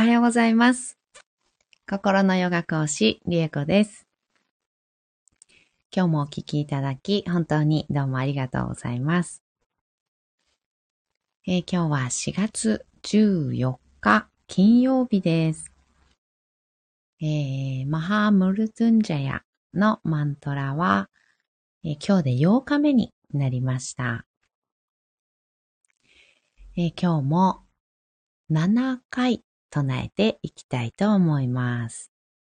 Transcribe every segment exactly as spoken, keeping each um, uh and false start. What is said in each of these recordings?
はようございます。心のヨガ講師、リエコです。今日もお聞きいただき、本当にどうもありがとうございます。えー、今日はしがつじゅうよっか、金曜日です。えー、マハームルトゥンジャヤのマントラは、えー、今日でようかめになりました。えー、今日もななかい唱えていきたいと思います。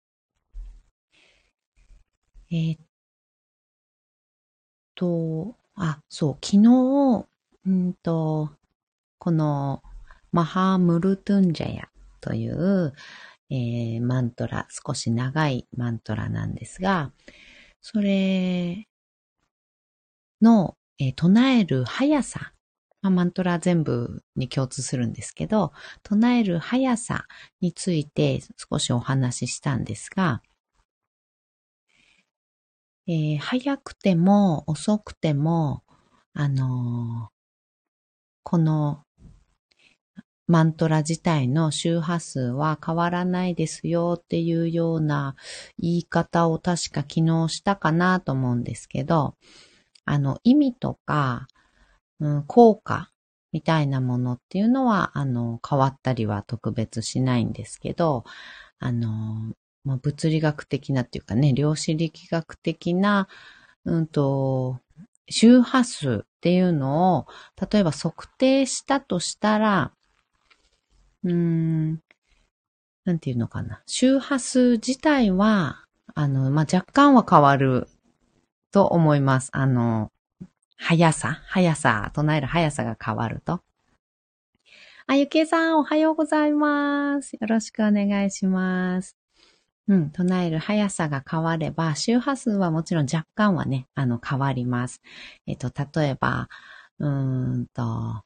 えー、っと、あ、そう、昨日、うんと、このマハームルトゥンジャヤという、えー、マントラ、少し長いマントラなんですが、それの、えー、唱える速さ、まあ、マントラ全部に共通するんですけど、唱える速さについて少しお話ししたんですが、えー、早くても遅くても、あのー、このマントラ自体の周波数は変わらないですよっていうような言い方を確か昨日したかなと思うんですけど、あの意味とか、うん、効果みたいなものっていうのはあの変わったりは特別しないんですけど、あの、まあ、物理学的なっていうかね、量子力学的な、うんと、周波数っていうのを例えば測定したとしたら、うーん、なんていうのかな。周波数自体は、あの、まあ、若干は変わると思います。あの、速さ、速さ、唱える速さが変わると。あ、ゆきえさん、おはようございます。よろしくお願いします。うん、唱える速さが変われば、周波数はもちろん若干はね、あの、変わります。えっと、例えば、うーんと、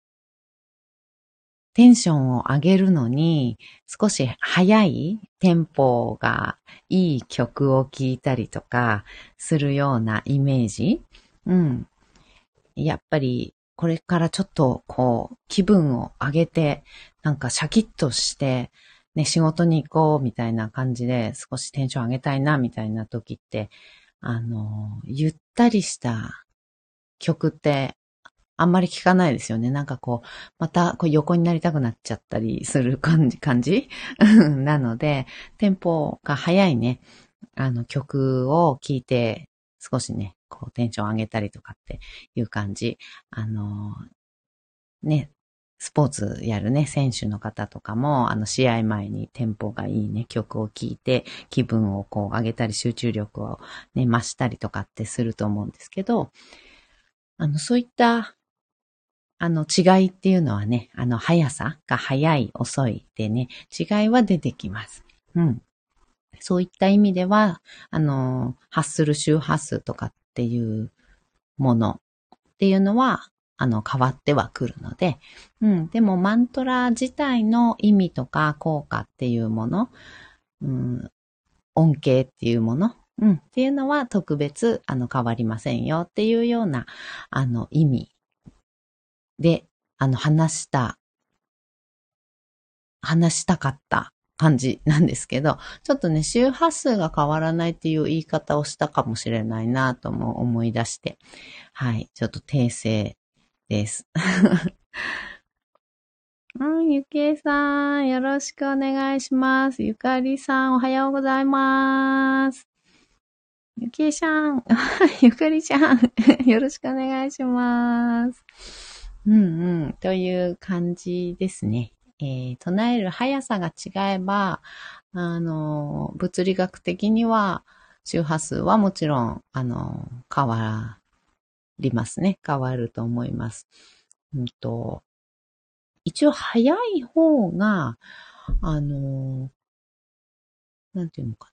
テンションを上げるのに少し速いテンポがいい曲を聴いたりとかするようなイメージ。うん。やっぱりこれからちょっとこう気分を上げてなんかシャキッとしてね、仕事に行こうみたいな感じで少しテンション上げたいなみたいな時って、あの、ゆったりした曲ってあんまり聞かないですよね。なんかこう、またこう横になりたくなっちゃったりする感じ、感じなので、テンポが速いね、あの曲を聴いて、少しね、こうテンション上げたりとかっていう感じ。あの、ね、スポーツやるね、選手の方とかも、あの、試合前にテンポがいいね、曲を聴いて、気分をこう上げたり、集中力をね、増したりとかってすると思うんですけど、あの、そういったあの違いっていうのはね、あの速さが速い、遅いでね、違いは出てきます。うん。そういった意味では、あの、発する周波数とかっていうものっていうのは、あの、変わってはくるので、うん。でも、マントラ自体の意味とか効果っていうもの、うん、恩恵っていうもの、うん。っていうのは特別、あの、変わりませんよっていうような、あの、意味で、あの、話した話したかった感じなんですけど、ちょっとね、周波数が変わらないっていう言い方をしたかもしれないなとも思い出して、はい、ちょっと訂正です。うん、ゆきえさん、よろしくお願いします。ゆかりさん、おはようございます。ゆきえさん、ゆかりちゃん、よろしくお願いします。うんうん、という感じですね。えー、唱える速さが違えば、あの、物理学的には周波数はもちろん、あの、変わりますね。変わると思います。うんと、一応速い方が、あの、なんていうのか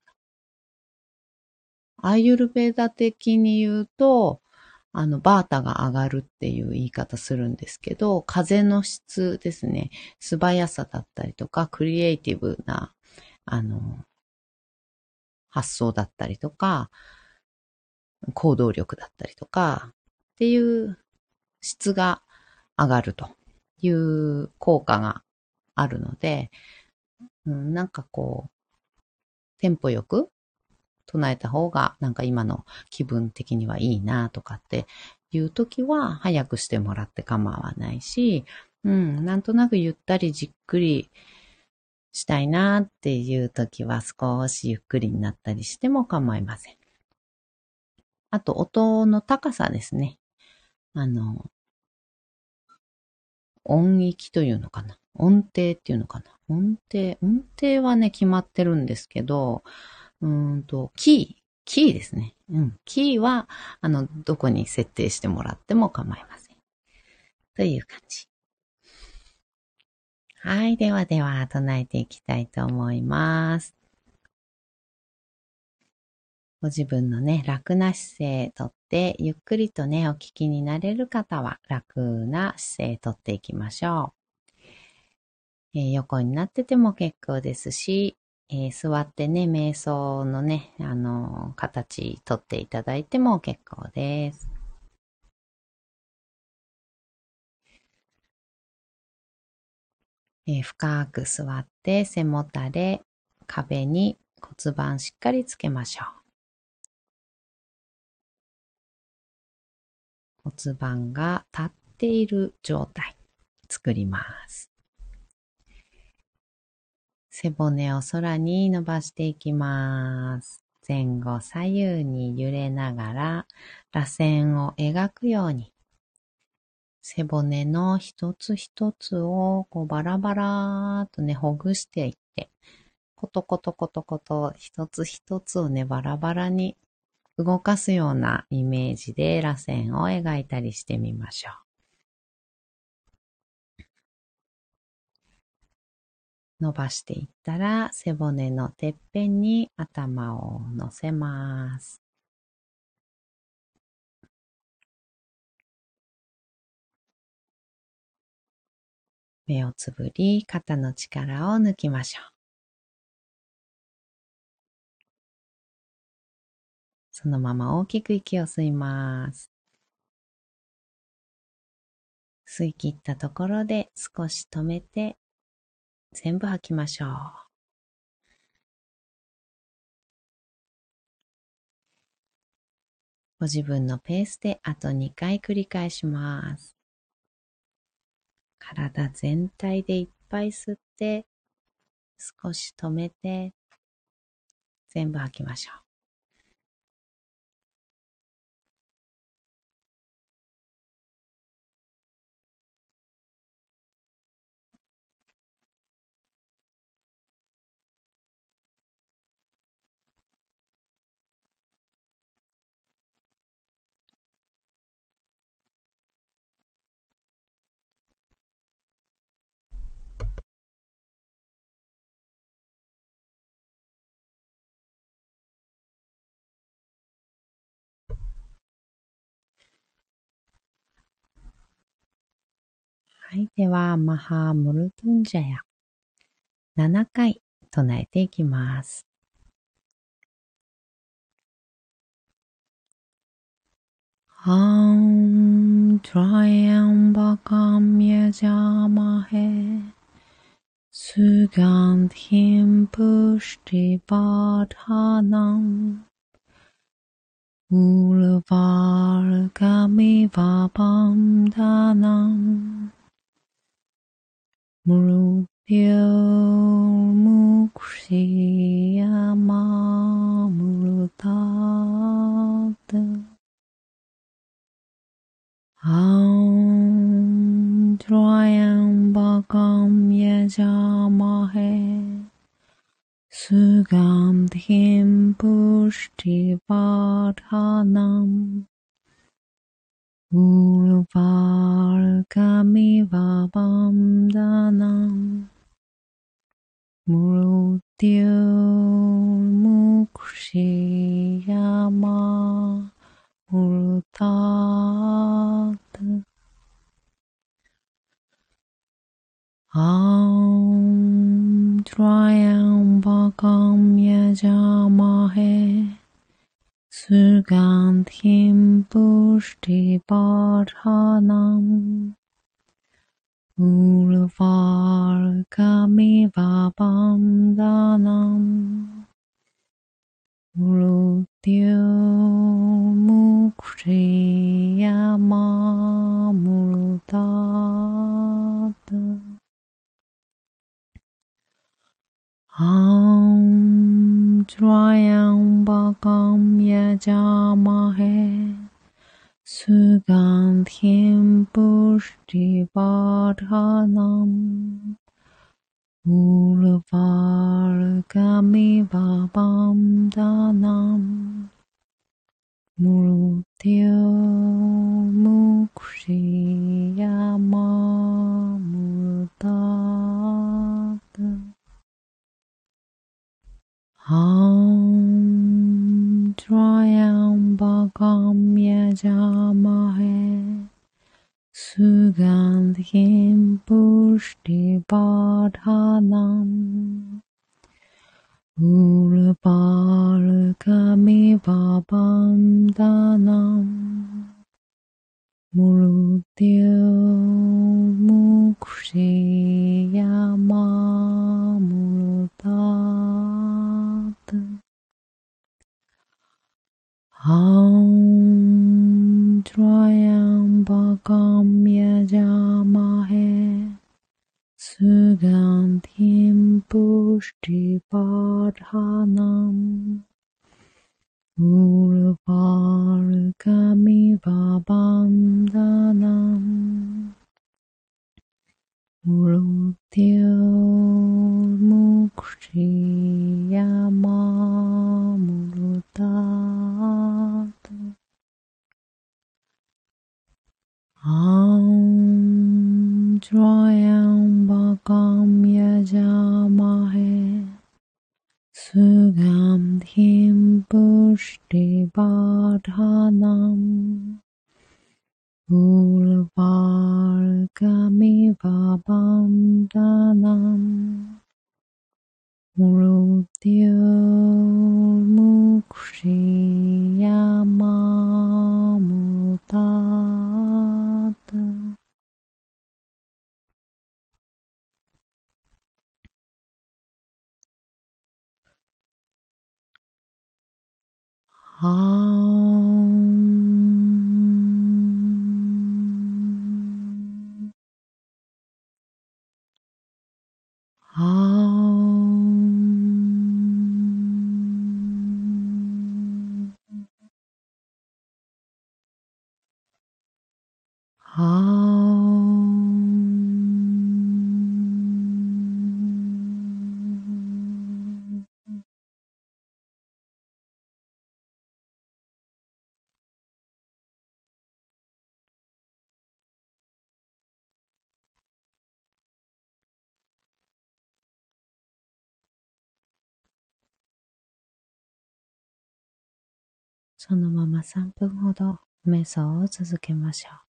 な。アーユルベーダ的に言うと、あの、バータが上がるっていう言い方するんですけど、風の質ですね。素早さだったりとか、クリエイティブな、あの、発想だったりとか、行動力だったりとか、っていう質が上がるという効果があるので、 うん、なんかこう、テンポよく唱えた方が、なんか今の気分的にはいいなとかっていう時は、早くしてもらって構わないし、うん、なんとなくゆったりじっくりしたいなっていう時は少しゆっくりになったりしても構いません。あと、音の高さですね。あの、音域というのかな。音程っていうのかな。音程、音程はね、決まってるんですけど、うーんと、キー、キーですね。うん。キーは、あの、どこに設定してもらっても構いません。という感じ。はい。ではでは、唱えていきたいと思います。ご自分のね、楽な姿勢とって、ゆっくりとね、お聞きになれる方は、楽な姿勢とっていきましょう。えー、横になってても結構ですし、えー、座ってね、瞑想のね、あのー、形とっていただいても結構です。えー、深く座って背もたれ、壁に骨盤しっかりつけましょう。骨盤が立っている状態作ります。背骨を空に伸ばしていきます。前後左右に揺れながら螺旋を描くように背骨の一つ一つをこうバラバラーっとね、ほぐしていって、コトコトコトコト一つ一つをね、バラバラに動かすようなイメージで螺旋を描いたりしてみましょう。伸ばしていったら背骨のてっぺんに頭を乗せます。目をつぶり、肩の力を抜きましょう。そのまま大きく息を吸います。吸い切ったところで少し止めて全部吐きましょう。ご自分のペースであとにかい繰り返します。体全体でいっぱい吸って少し止めて全部吐きましょう。はい。では、マハムルトゥンジャヤななかい唱えていきます。アントライアンバカムヤジャマヘスガンティンプシティバータナンウルバルガミババンダナンムルディオムクシヤマムルタタアントライアンバカムヤジャマヘスガンティンプシティバタナンウルバルカミババンダナンムルディオムクシヤマムルタタアントライアンバカムヤジャマヘスガンティンプシティバタナン Urvarkamivabandhanam Mrutyumukhriyamamurtat Am Trayambakam Yajamahe Sugandhim Pushtivardhanam Urvarkamivabandhanam Mrutyumukhriyamamurtat Am Trayambakam Yajamahe Sugandhim Pushtivardhanam Urvarkamivabandhanam Mrutyumukhriyamamurtat Am Trayambakam Yajamahe Sugandhim Pushtivardhanam Urvarkamivabandhanam Mrutyumukhriyamamurtat Am Trayambakam Yajamahe Sugandhim Pushtivardhanam Urvarkamivabandhanam Mrutyumukhriyamamurtat Am Am Amそのままさんぷんほど瞑想を続けましょう。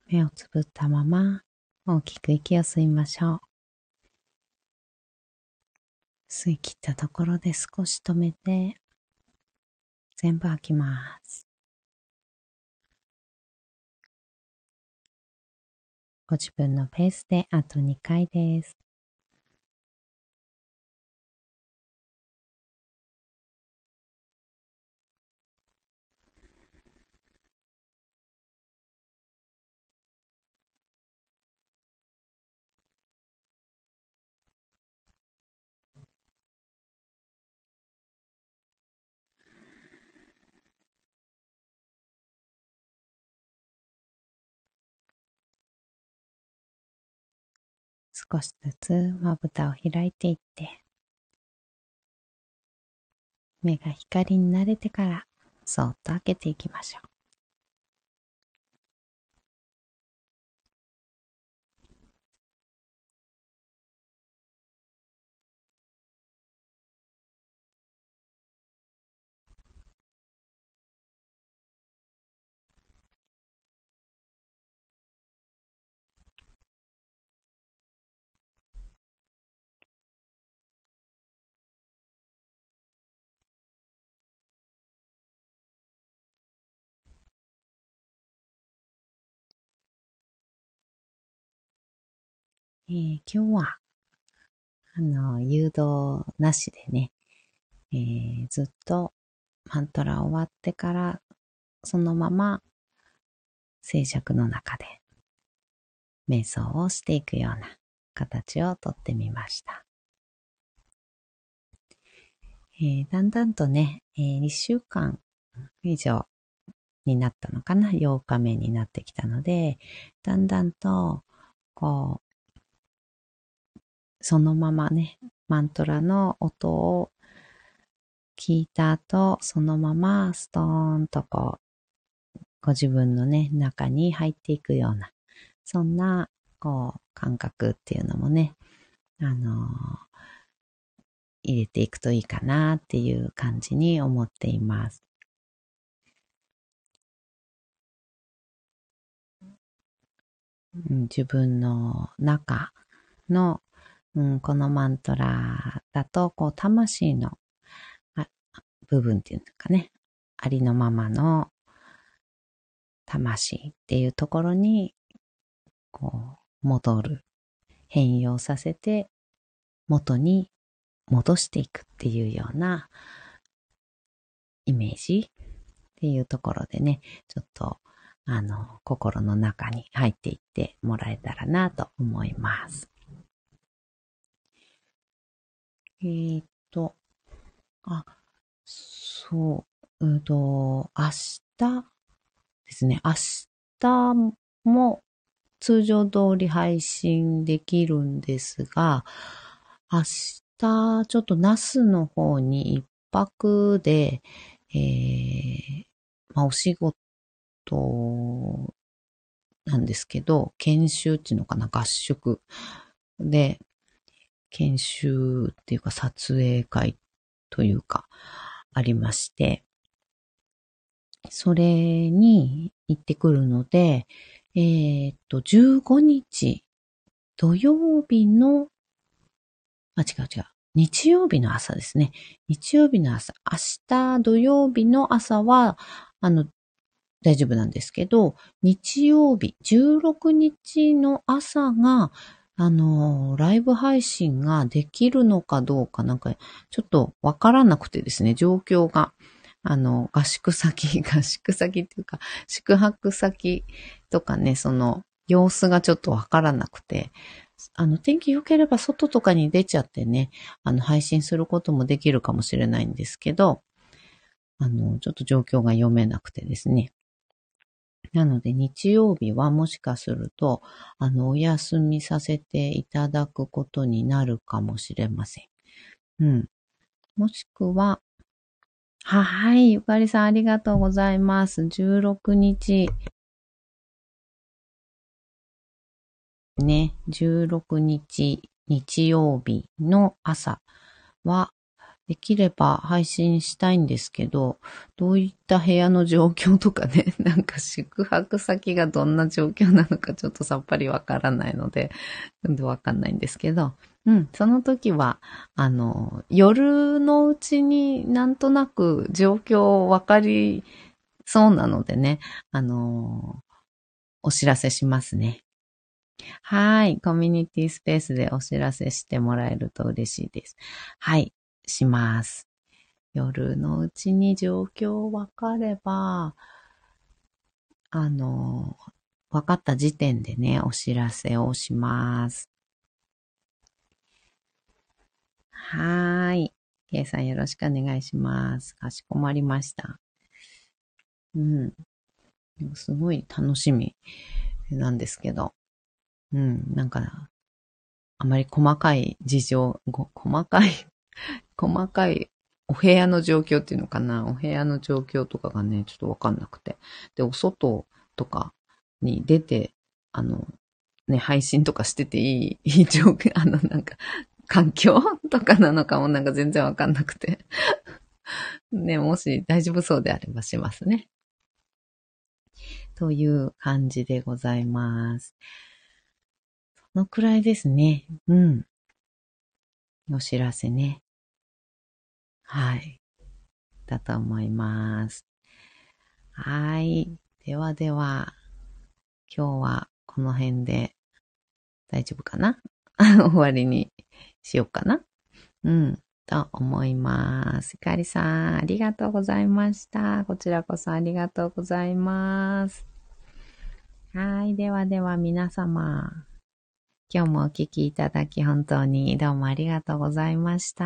目をつぶったまま大きく息を吸いましょう。吸い切ったところで少し止めて全部吐きます。ご自分のペースであとにかいです。少しずつまぶたを開いていって、目が光に慣れてからそーっと開けていきましょう。えー今日はあの誘導なしでね、えーずっとマントラ終わってからそのまま静寂の中で瞑想をしていくような形をとってみました。えーだんだんとね、えーいっしゅうかん以上になったのかな、ようかめになってきたので、だんだんとこうそのままね、マントラの音を聞いた後、そのままストーンとこうご自分のね中に入っていくような、そんなこう感覚っていうのもね、あのー入れていくといいかなっていう感じに思っています。うん、自分の中の、うん、このマントラだとこう魂のあ部分っていうのかね、ありのままの魂っていうところにこう戻る、変容させて元に戻していくっていうようなイメージっていうところでね、ちょっとあの心の中に入っていってもらえたらなと思います。えーっと、あ、そう、うんと、明日ですね、明日も通常通り配信できるんですが、明日ちょっと那須の方に一泊で、えー、まあ、お仕事なんですけど、研修っていうのかな、合宿で、研修っていうか撮影会というかありまして、それに行ってくるので、えーっと、じゅうごにち土曜日の、あ、違う違う。日曜日の朝ですね。日曜日の朝。明日土曜日の朝は、あの、大丈夫なんですけど、日曜日、じゅうろくにちの朝が、あの、ライブ配信ができるのかどうかなんか、ちょっとわからなくてですね、状況が。あの、合宿先、合宿先っていうか、宿泊先とかね、その、様子がちょっとわからなくて、あの、天気良ければ外とかに出ちゃってね、あの、配信することもできるかもしれないんですけど、あの、ちょっと状況が読めなくてですね。なので日曜日はもしかすると、あの、お休みさせていただくことになるかもしれません。うん。もしくは、は、はい、ゆかりさんありがとうございます。じゅうろくにち、ね、じゅうろくにち日曜日の朝は、 できれば配信したいんですけど、どういった部屋の状況とかね、なんか宿泊先がどんな状況なのかちょっとさっぱりわからないので、なんでわかんないんですけど、うん、その時は、あの、夜のうちになんとなく状況わかりそうなのでね、あの、お知らせしますね。はい。コミュニティスペースでお知らせしてもらえると嬉しいです。はい。します。夜のうちに状況分かれば、あの、分かった時点でね、お知らせをします。はーい。ケイさんよろしくお願いします。かしこまりました。うん。すごい楽しみなんですけど。うん。なんか、あまり細かい事情、ご細かい細かいお部屋の状況っていうのかな。お部屋の状況とかがね、ちょっとわかんなくて。で、お外とかに出て、あの、ね、配信とかしてていい、いい状況、あの、なんか、環境とかなのかもなんか全然わかんなくて。ね、もし大丈夫そうであればしますね。という感じでございます。そのくらいですね。うん。お知らせね。はい。だと思います。はい。ではでは、今日はこの辺で大丈夫かな終わりにしようかなうん。と思います。ひかりさん、ありがとうございました。こちらこそありがとうございます。はい。ではでは皆様、今日もお聞きいただき本当にどうもありがとうございました。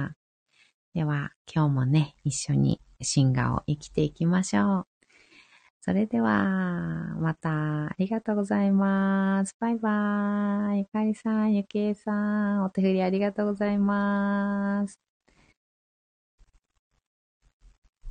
では、今日もね、一緒に進化を生きていきましょう。それでは、また、ありがとうございます。バイバーイ。ゆかりさん、ゆきえさん、お手振りありがとうございます。